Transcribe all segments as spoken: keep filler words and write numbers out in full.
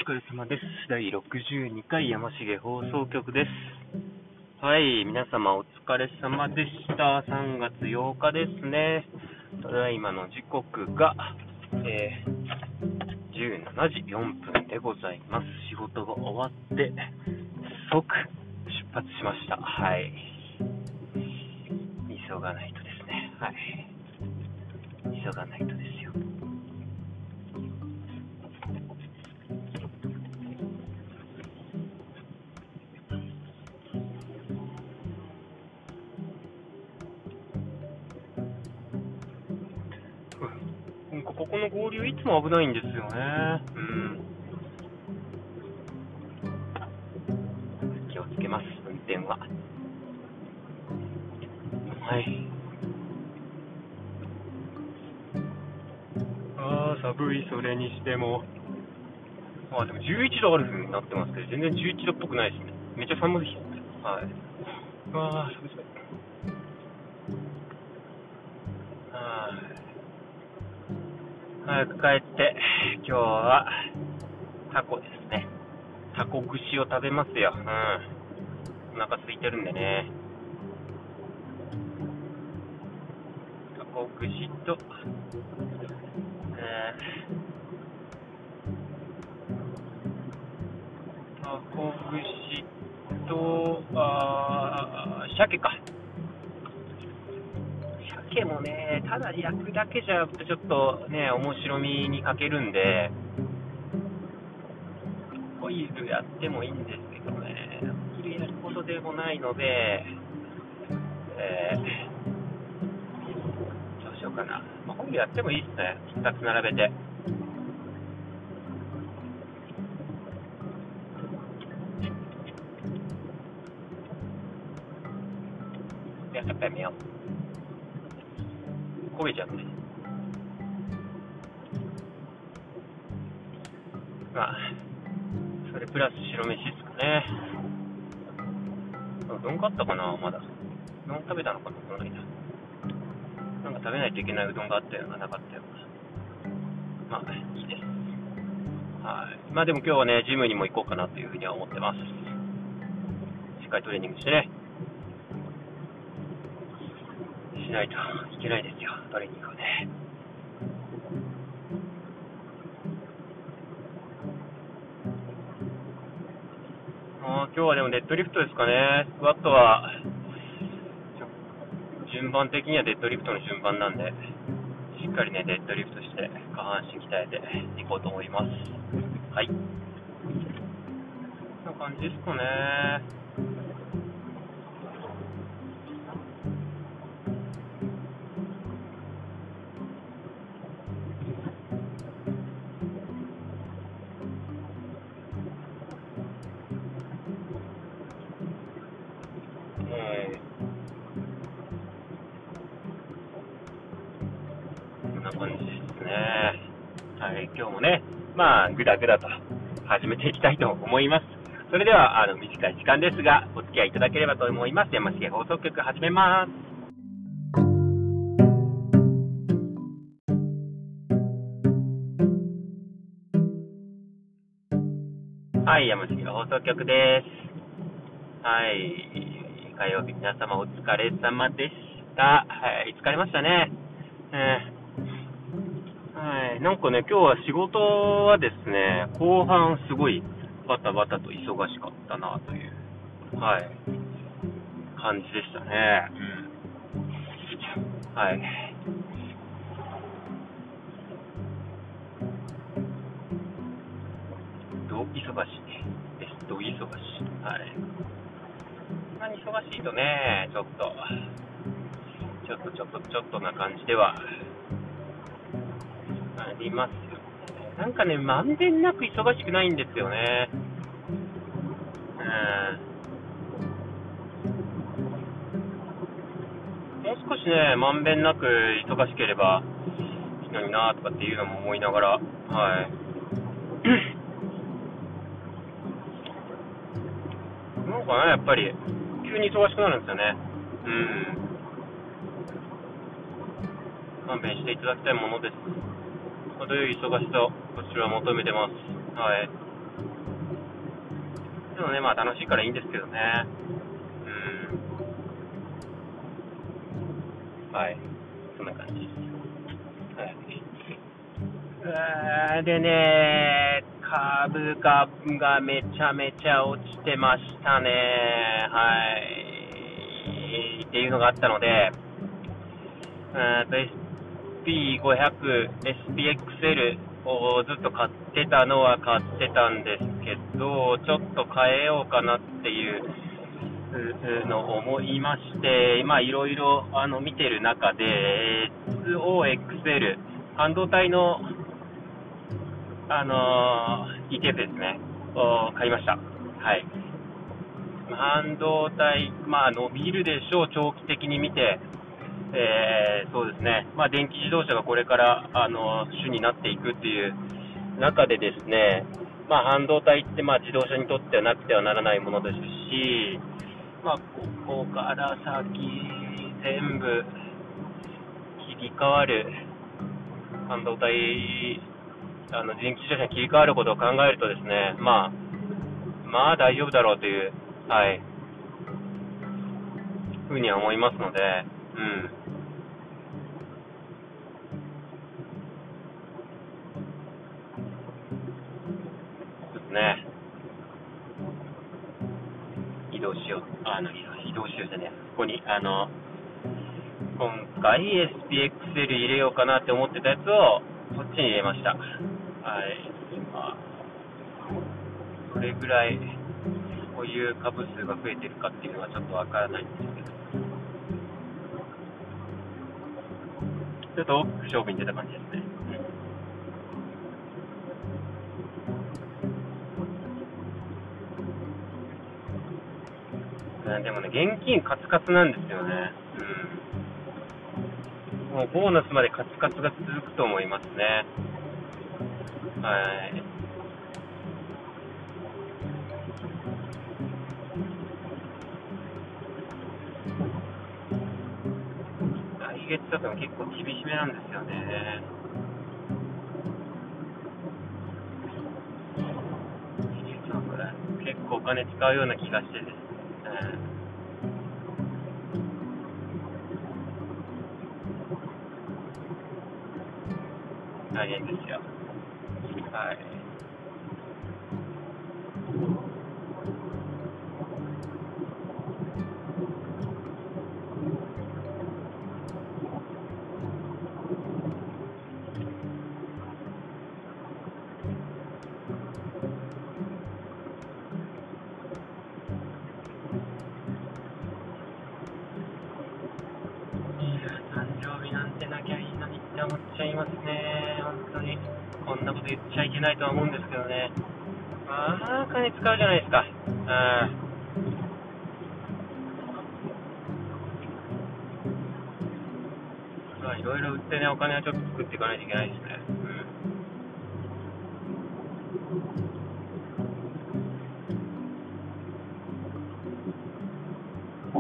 疲れ様です。だいろくじゅうにかい山重放送局です。はい、皆様お疲れ様でした。さんがつようかですね。ただいまの時刻が、えー、じゅうしちじよんぷんでございます。仕事が終わって即出発しました。はい。急がないとですね。はい。急がないとですよ。うん、ここの合流いつも危ないんですよね。うん。気をつけます、運転は。はい。ああ、寒い、それにしても。まあでもじゅういちどある風になってますけど、全然じゅういちどっぽくないですね。めっちゃ寒いです。はい。ああ、寒い寒い。ああ、早く帰って、今日はタコですね。タコ串を食べますよ。うん。お腹空いてるんでね。タコ串と、えー、タコ串と、あー、鮭か。鮭もね、ただ焼くだけじゃちょっとね、面白みに欠けるんで、ホイールやってもいいんですけどね、ホイールやることでもないので、えー、どうしようかな。まあ、ホイールやってもいいですね、ふたつ並べて。いや、やっぱやめよう。焦げちゃって。まあ、それプラス白飯ですかね。うどん買ったかな、まだ。うどん食べたのかな、この間。なんか食べないといけないうどんがあったような、なかったような。まあ、いいです。はい。まあでも今日はね、ジムにも行こうかなというふうには思ってます。しっかりトレーニングしてね、しないといけないですよ、トレーニングをね。あ今日はでもデッドリフトですかね。スクワットは順番的にはデッドリフトの順番なんで、しっかりねデッドリフトして下半身鍛えていこうと思います。はい、こんな感じですかね。こんな感じですね。はい、今日もね、まあ、ぐだぐだと始めていきたいと思います。それでは、あの、短い時間ですが、お付き合いいただければと思います。山重放送局始めます。はい、山重放送局です。はい、火曜日皆様お疲れ様でした。はい、疲れましたね。えーはい、なんかね、今日は仕事はですね、後半すごいバタバタと忙しかったなという、はい、感じでしたね。うん、はい。ど忙しいです。ど忙しい。はい。そんなに忙しいとね、ちょっと、ちょっとちょっとちょっとな感じではありますよね。なんかね、まんべんなく忙しくないんですよね。うん。もう少しね、まんべんなく忙しければいいのになとかっていうのも思いながら、はい。なんかね、やっぱり、急に忙しくなるんですよね。うん。勘弁していただきたいものです。程よい忙しさをこちらは求めてます。はい。 つのね、まあ楽しいからいいんですけどね。うん。はい。そんな感じです。はい。うーでね、株価がめちゃめちゃ落ちてましたね。はい。っていうのがあったので、うんと エスピーごひゃく、エスピーエックスエル をずっと買ってたのは買ってたんですけど、ちょっと変えようかなっていうのを思いまして、まあいろいろあの見てる中で、エスオーエックスエル、半導体の、あのー イーティーエフ ですね、を買いました。はい。半導体、まあ伸びるでしょう、長期的に見て。えー、そうですね、まあ、電気自動車がこれからあの主になっていくっていう中でですね、まあ、半導体ってまあ自動車にとってはなくてはならないものですし、まあ、ここから先、全部切り替わる、半導体、あの電気自動車に切り替わることを考えるとですね、まあ、まあ大丈夫だろうという、はい、ふうには思いますので、うん。そうですね。移動しよう。あの、移動しようじゃねえ。ここに、あの、今回 エスピーエックスエル 入れようかなって思ってたやつを、そっちに入れました。はい。まあ、どれぐらい、こういう株数が増えてるかっていうのはちょっとわからないんですけど、ちょっと大きく勝負に出た感じですね。うん、でもね、現金カツカツなんですよね。うん。もうボーナスまでカツカツが続くと思いますね。はい。来月だと結構厳しめなんですよね。結構お金使うような気がしてです。うん、大変ですよ。はい。誕生日なんてなきゃいいのにって思っちゃいますね。本当に。こんなこと言っちゃいけないとは思うんですけどね。まあ、金使うじゃないですか。うん。まあ、いろいろ売ってね、お金はちょっと作っていかないといけないですね。うん。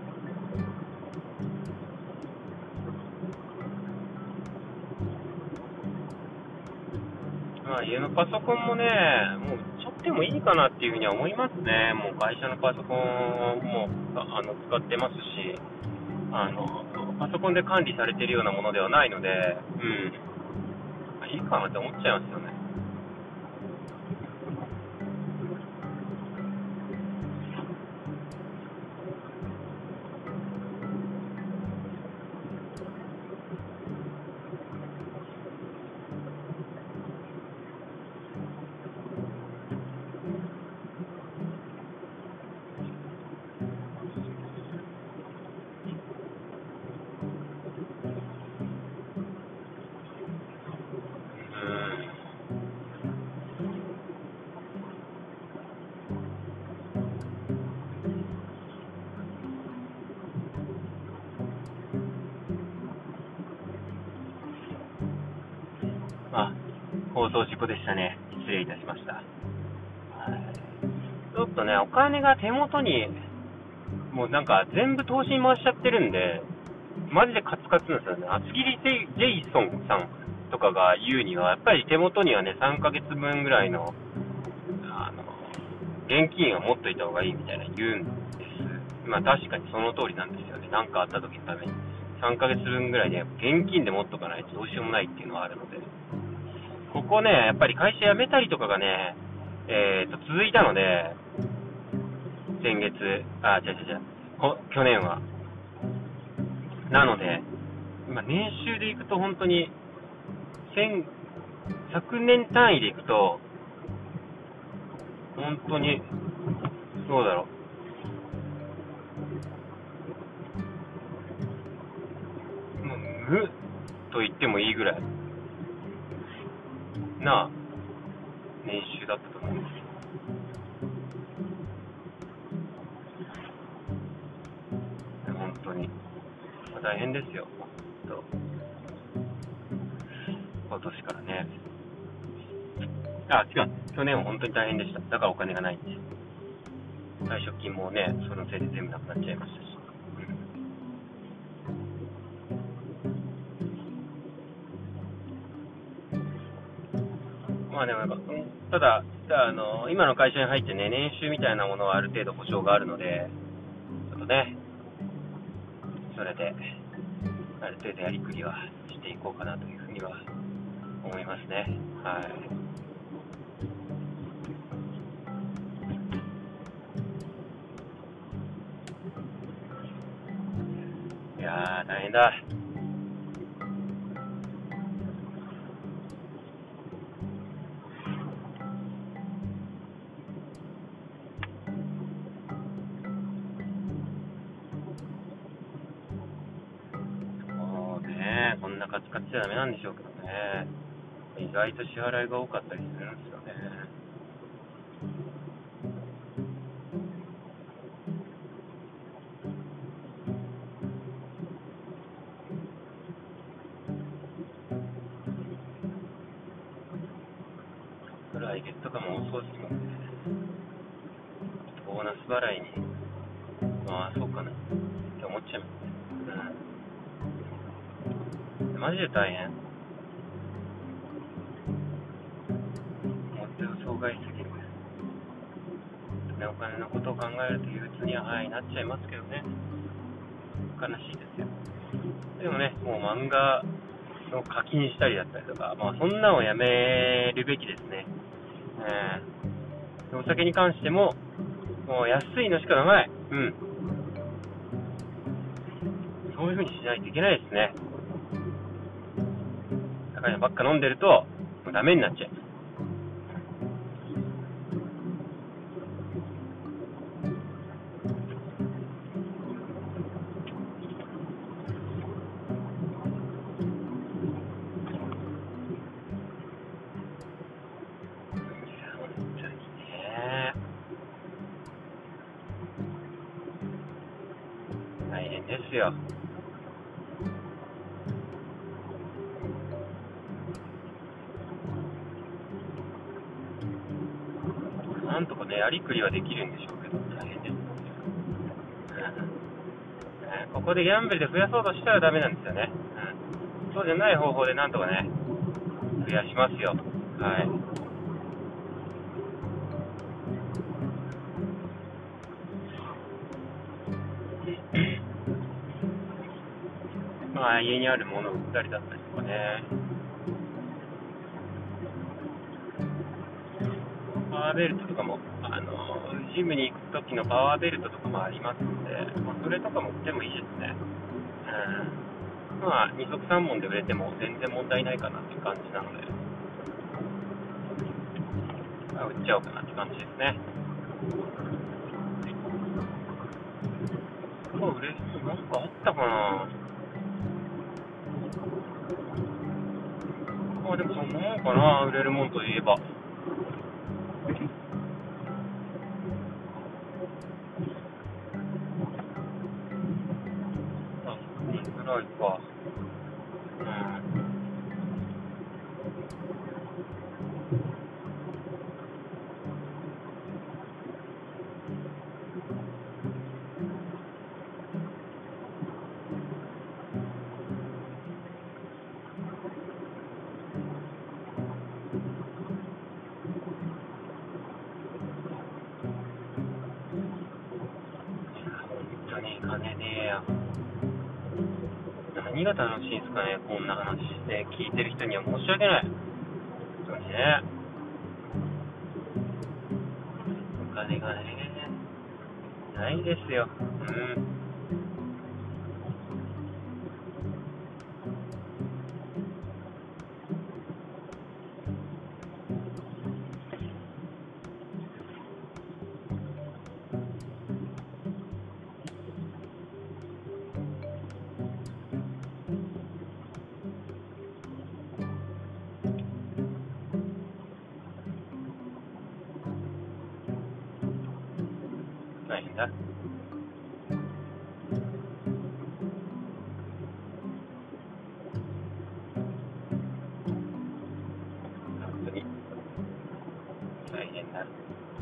まあ、家のパソコンもね、もう売っちゃってもいいかなっていうふうには思いますね。もう会社のパソコンもあの使ってますし、あの、パソコンで管理されているようなものではないので、うん。まあ、いいかなって思っちゃいますよね。あ、放送事故でしたね。失礼いたしました。はい、ちょっとね、お金が手元に、もうなんか全部投資に回しちゃってるんで、マジでカツカツなんですよね。厚切りジェイソンさんとかが言うには、やっぱり手元にはね、さんかげつぶんぐらいの、あの、 現金は持っといた方がいいみたいな言うんです。まあ確かにその通りなんですよね。何かあった時のために。さんかげつぶんぐらいで現金で持っとかないとどうしようもないっていうのはあるので。ここね、やっぱり会社辞めたりとかがね、えーと、続いたので、先月、あ、違う違う違う、去年は。なので、今年収でいくと本当に、先、昨年単位でいくと、本当に、どうだろう。もう、無と言ってもいいぐらいな年収だったと思うんですよ。本当に。大変ですよ。と今年からね。あ、違う。去年は本当に大変でした。だからお金がないんです。退職金もね、そのせいで全部なくなっちゃいましたし。うん、まあでもなんか、ただ、あの、今の会社に入ってね、年収みたいなものはある程度保証があるので、ちょっとね、それで、ある程度やりくりはしていこうかなというふうには思いますね。はい。いやー、大変だ。もうね、こんなカツカツじゃダメなんでしょうけどね。意外と支払いが多かったりするんですよね。来月とかも遅そうですもんね。ボーナス払いに、まあそうかなって思っちゃいます。うん。マジで大変。思った予想外すぎる。ね、お金のことを考えると憂鬱には、はい、なっちゃいますけどね。悲しいですよ。でもね、もう漫画の課金したりだったりとか、まあそんなのをやめるべきですね。えー、お酒に関しても、もう安いのしか飲まない。うん。そういう風にしないといけないですね。高いのばっか飲んでると、もうダメになっちゃう。大変ですよ。なんとかね、やりくりはできるんでしょうけど、大変です。うん、ここでギャンブルで増やそうとしたらダメなんですよね。うん、そうじゃない方法でなんとかね、増やしますよ。はい。まあ、家にあるものを売ったりだったりとかね。パワーベルトとかも、あの、ジムに行く時のパワーベルトとかもありますんで、まあ、それとかも売ってもいいですね。うん。まあ、に足さんぼんで売れても全然問題ないかなっていう感じなので、まあ、売っちゃおうかなって感じですね。もう売れる人なんかあったかな。まあでもそんなもんかな、売れるもんといえば。あ、いいぐらいか。うん。 何が楽しいんですかね、こんな話ね、聞いてる人には申し訳ない。本当にね。お金がね、ないですよ。うん。大変だ。本当に大変だ。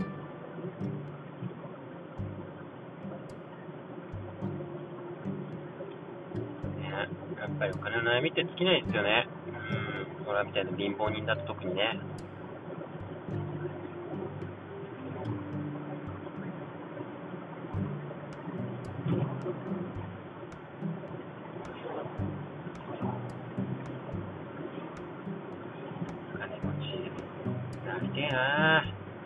ね、やっぱりお金の悩みって尽きないですよね。うん、俺らみたいな貧乏人だと特にね。お金持ちなりてえな。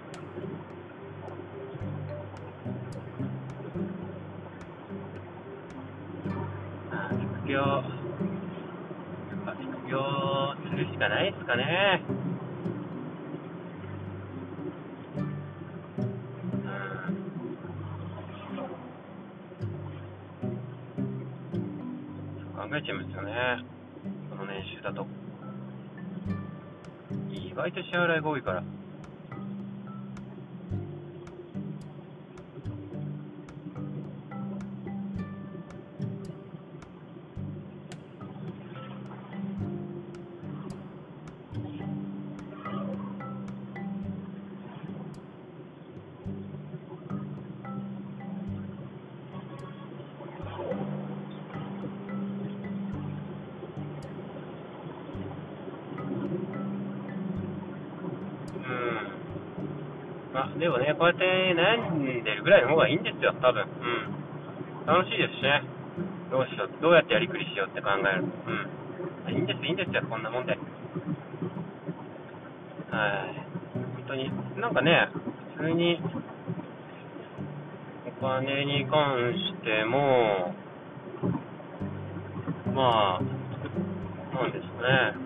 あ、副業、やっぱ副業するしかないですかね。うん、考えちゃいますよね。この年収だと意外と支払いが多いから。まあ、でもね、こうやって悩んでるぐらいの方がいいんですよ、多分。うん。楽しいですしね。どうしよう、どうやってやりくりしようって考える。うん。いいんです、いいんですよ、こんなもんで。はい。本当に、なんかね、普通に、お金に関しても、まあ、なんですかね。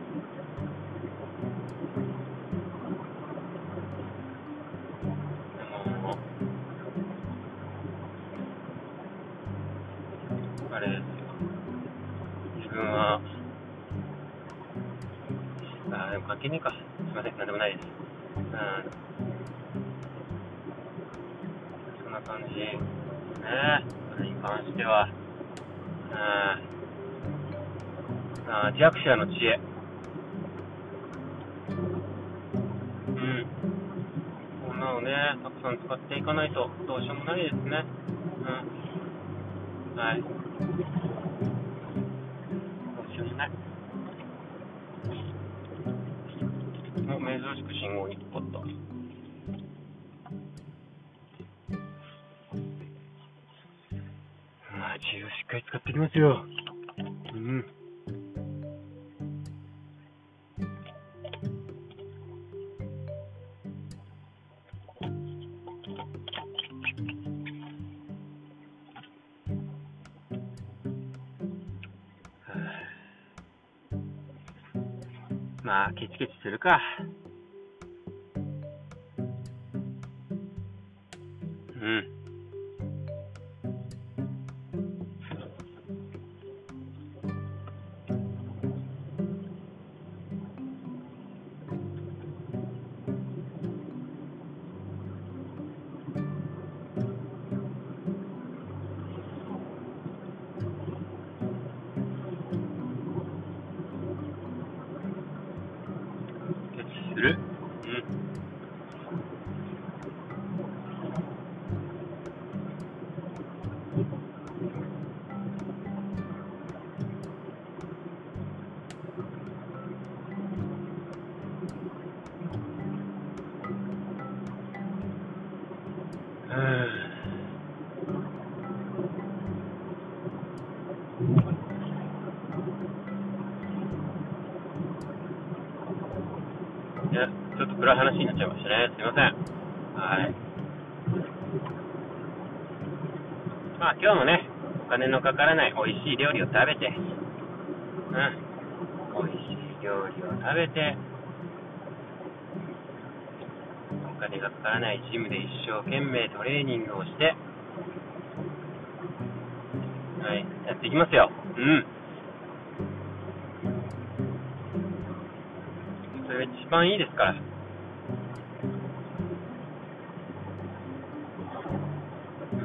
でも、あれですよ。自分は、あ、でも関係ねえか。すいません、なんでもないです。うん。そんな感じ。ね。それに関しては、うん。あ、弱者の知恵。うん。こんなのね、たくさん使っていかないとどうしようもないですね。うん。はい。どうしようもない。もう珍しく信号にかかった。まあ、知恵をしっかり使っていきますよ。うん。まあ、ケチケチするか。うん。ケチする。うん。 いや、ちょっと暗い話になっちゃいましたね。すいません。はい。まあ、今日もね、お金のかからない美味しい料理を食べて、うん、美味しい料理を食べて、お金がかからないジムで一生懸命トレーニングをして、はい、やっていきますよ。うん。それが一番いいですから。うん。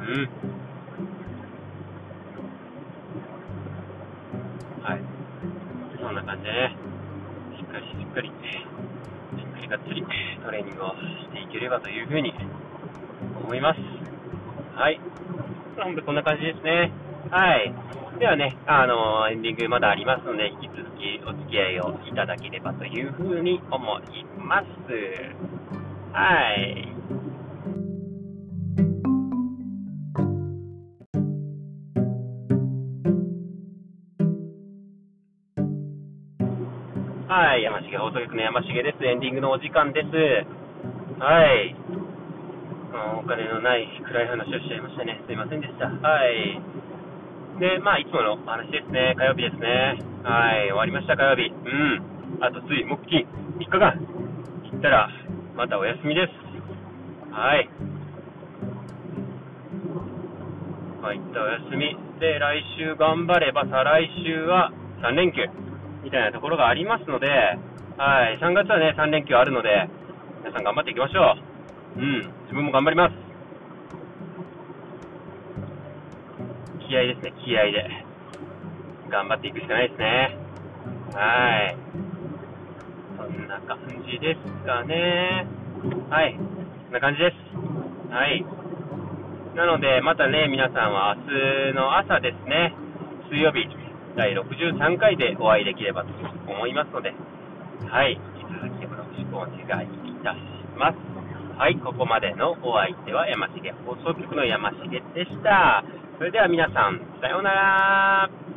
はい。そんな感じでね、しっかりしっかり、しっかりがっつりトレーニングをしていければというふうに思います。はい。本当こんな感じですね。はい。ではね、あの、エンディングまだありますので、引き続きお付き合いをいただければというふうに思います。はい。はい。山重放送局の山重です。エンディングのお時間です。はい。お金のない暗い話をしちゃいましたね。すいませんでした。はい。で、まあ、いつものお話ですね。火曜日ですね。はい。終わりました、火曜日。うん。あと、水、木、金、みっかかん。切ったら、またお休みです。はい。まあ、いったお休み。で、来週頑張れば、再来週はさん連休。みたいなところがありますので、はい。さんがつはね、さん連休あるので、皆さん頑張っていきましょう。うん。自分も頑張ります。気合ですね、気合で。頑張っていくしかないですね。はい。そんな感じですかね。はい。こんな感じです。はい。なので、またね、皆さんは明日の朝ですね、水曜日、だいろくじゅうさんかいでお会いできればと思いますので、はい。引き続きよろしくお願いいたします。はい。ここまでのお相手は山重放送局の山重でした。それでは皆さん、さようなら。